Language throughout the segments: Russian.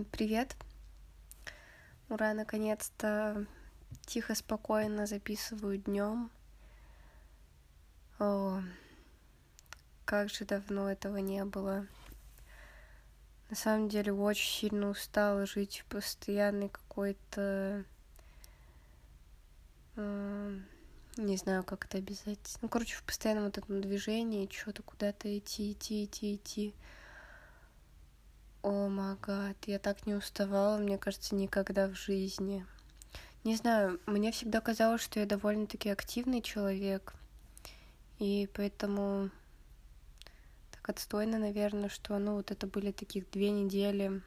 Привет. Ура, наконец-то тихо, спокойно записываю днем. О, как же давно этого не было. На самом деле очень сильно устала жить в постоянной какой-то... не знаю, как это обязать. В постоянном вот этом движении, что-то куда-то идти. О май гад, я так не уставала, мне кажется, никогда в жизни. Не знаю, мне всегда казалось, что я довольно-таки активный человек, и поэтому так отстойно, наверное, что, вот это были таких 2 недели,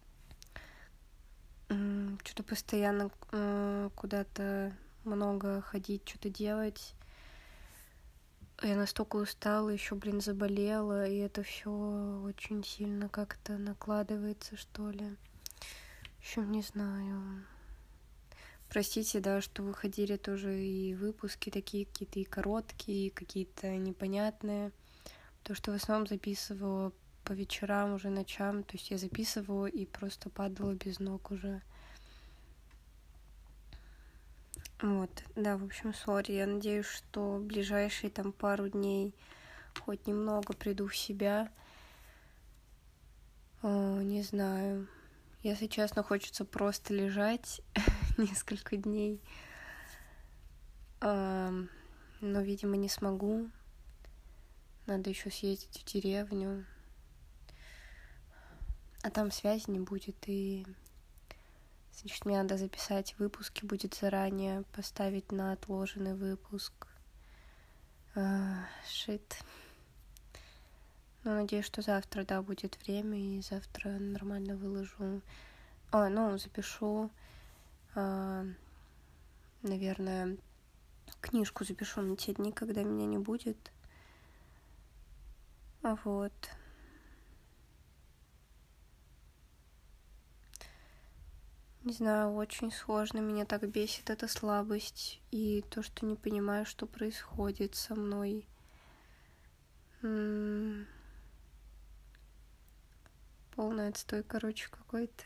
что-то постоянно куда-то много ходить, что-то делать. Я настолько устала, еще, заболела, и это все очень сильно как-то накладывается, что ли. В общем, не знаю. Простите, да, что выходили тоже и выпуски такие какие-то и короткие, и какие-то непонятные. То, что в основном записывала по вечерам, уже ночам. То есть я записывала и просто падала без ног уже. Вот, да, в общем, сори. Я надеюсь, что в ближайшие пару дней хоть немного приду в себя. Не знаю. Если честно, хочется просто лежать несколько дней. Но, видимо, не смогу. Надо еще съездить в деревню. А там связи не будет, и значит, мне надо записать выпуски, будет заранее поставить на отложенный выпуск. Шит. Но надеюсь, что завтра, да, будет время, и завтра нормально выложу. Запишу, наверное, книжку запишу на те дни, когда меня не будет. Вот. Не знаю, очень сложно, меня так бесит эта слабость и то, что не понимаю, что происходит со мной. Полный отстой, какой-то.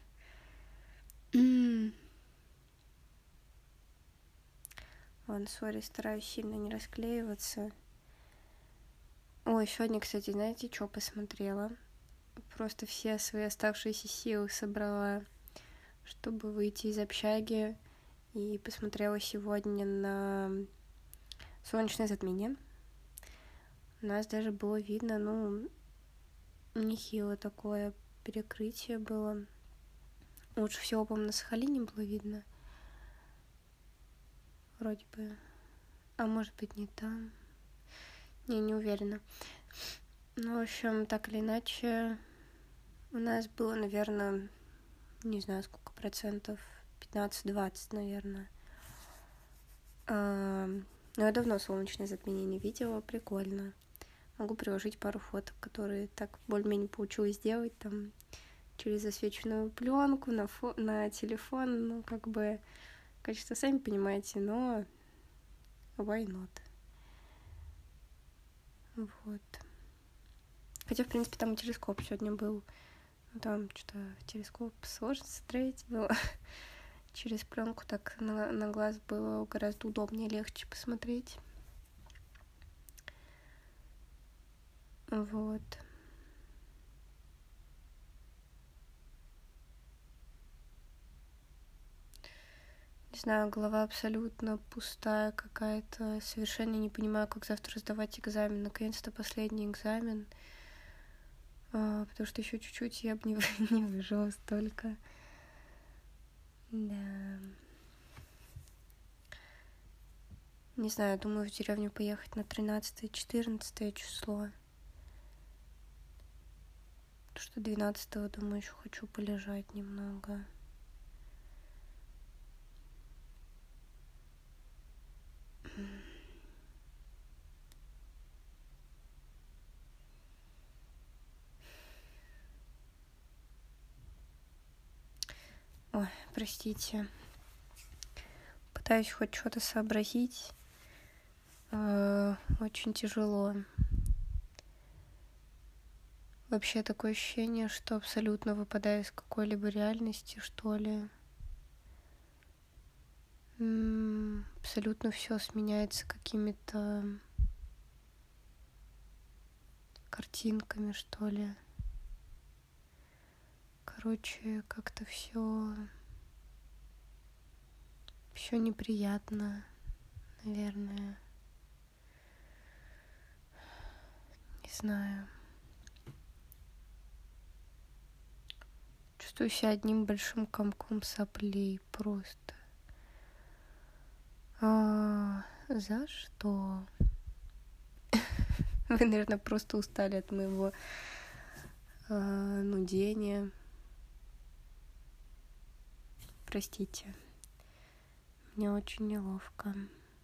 Ладно, сори, стараюсь сильно не расклеиваться. Ой, сегодня, кстати, знаете, что посмотрела? Просто все свои оставшиеся силы собрала, чтобы выйти из общаги, и посмотрела сегодня на солнечное затмение. У нас даже было видно, нехило такое перекрытие было. Лучше всего, по-моему, на Сахалине было видно. Вроде бы. А может быть, не там. Не уверена. В общем, так или иначе, у нас было, наверное, не знаю, сколько процентов, 15-20, наверное. Но я давно солнечное затмение не видела, прикольно. Могу приложить пару фоток, которые так более-менее получилось сделать там через засвеченную пленку на телефон. Качество, сами понимаете, но why not? Вот. Хотя, в принципе, там и телескоп сегодня был. Там что-то телескоп сложно смотреть было. Через пленку так на глаз было гораздо удобнее, легче посмотреть. Вот. Не знаю, голова абсолютно пустая какая-то. Совершенно не понимаю, как завтра сдавать экзамен. Наконец-то последний экзамен. Потому что еще чуть-чуть я бы не выжила столько. Да. Не знаю, думаю в деревню поехать на 13-14 число. Потому что 12-го, думаю, еще хочу полежать немного. Ой, простите. Пытаюсь хоть что-то сообразить. Очень тяжело. Вообще такое ощущение, что абсолютно выпадаю из какой-либо реальности, что ли. Абсолютно все сменяется какими-то картинками, что ли. Короче, как-то все неприятно, наверное. Не знаю. Чувствую себя одним большим комком соплей просто. За что? Вы, наверное, просто устали от моего нудения. Простите. Мне очень неловко.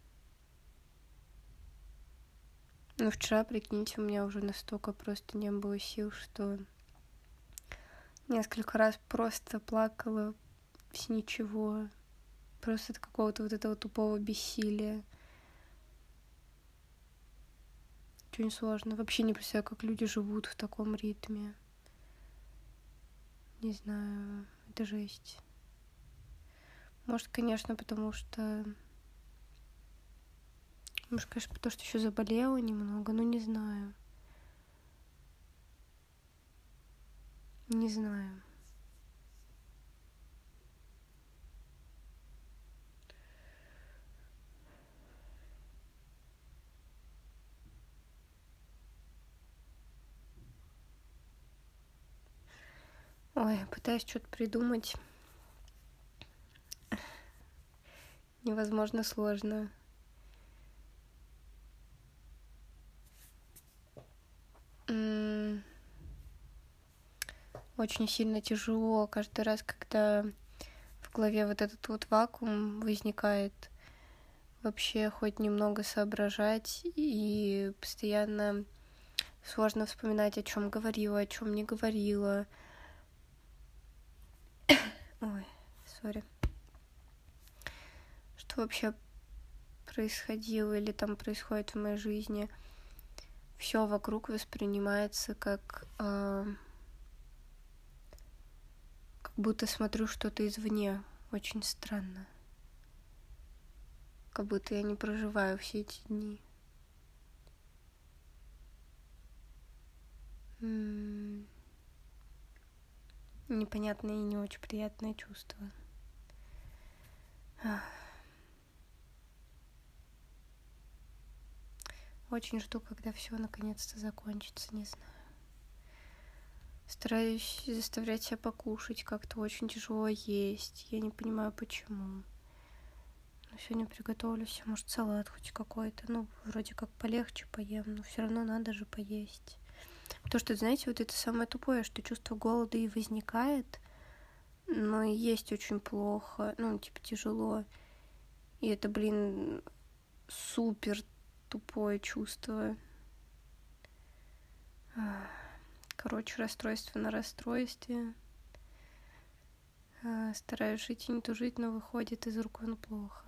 Но вчера, прикиньте, у меня уже настолько просто не было сил, что несколько раз просто плакала с ничего. Просто от какого-то вот этого тупого бессилия. Очень сложно. Вообще не представляю, как люди живут в таком ритме. Не знаю, это жесть. Может, конечно, потому что... Может, конечно, потому что еще заболела немного, но не знаю. Не знаю. Ой, пытаюсь что-то придумать. Невозможно сложно. Очень сильно тяжело каждый раз, когда в голове вот этот вот вакуум возникает, вообще хоть немного соображать, и постоянно сложно вспоминать, о чем говорила, о чем не говорила. Ой, сори. Что вообще происходило или там происходит в моей жизни? Все вокруг воспринимается как будто смотрю что-то извне. Очень странно. Как будто я не проживаю все эти дни. Непонятное и не очень приятное чувство. Очень жду, когда все наконец-то закончится, не знаю. Стараюсь заставлять себя покушать, как-то очень тяжело есть. Я не понимаю, почему. Но сегодня приготовлю себе, может, салат хоть какой-то. Ну, вроде как полегче поем, но все равно надо же поесть. Потому что, знаете, вот это самое тупое, что чувство голода и возникает, но и есть очень плохо, ну, типа, тяжело. И это, блин, супер тупое чувство. Короче, расстройство на расстройстве. Стараюсь жить и не тужить, но выходит из рук вон плохо.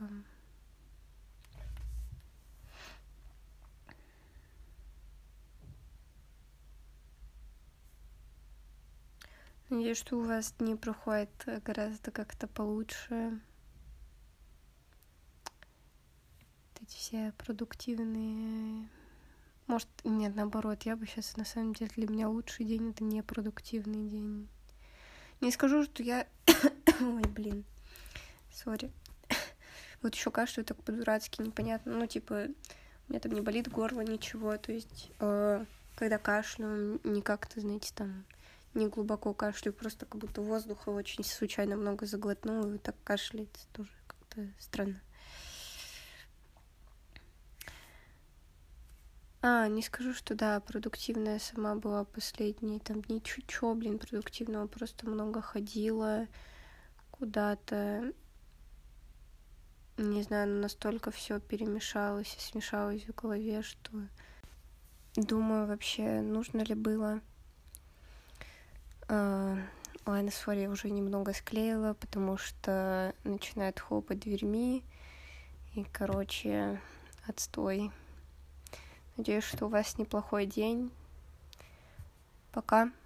Надеюсь, что у вас дни проходят гораздо как-то получше. Эти все продуктивные... Может, нет, наоборот, я бы сейчас, на самом деле, для меня лучший день — это непродуктивный день. Не скажу, что я... Ой, блин, сори. Вот еще кашляю так по-дурацки, непонятно. Ну, типа, у меня там не болит горло, ничего. То есть, когда кашляю, не как-то, знаете, там, не глубоко кашляю, просто как будто воздуха очень случайно много заглотнула, и так кашляется тоже как-то странно. Не скажу, что да, продуктивная сама была последние там дни. Чуть-чуть, блин, продуктивного. Просто много ходила куда-то. Не знаю, настолько все перемешалось и смешалось в голове, что думаю, вообще, нужно ли было. Ладно, сори, я уже немного склеила, потому что начинает хлопать дверьми. И, короче, отстой. Надеюсь, что у вас неплохой день. Пока.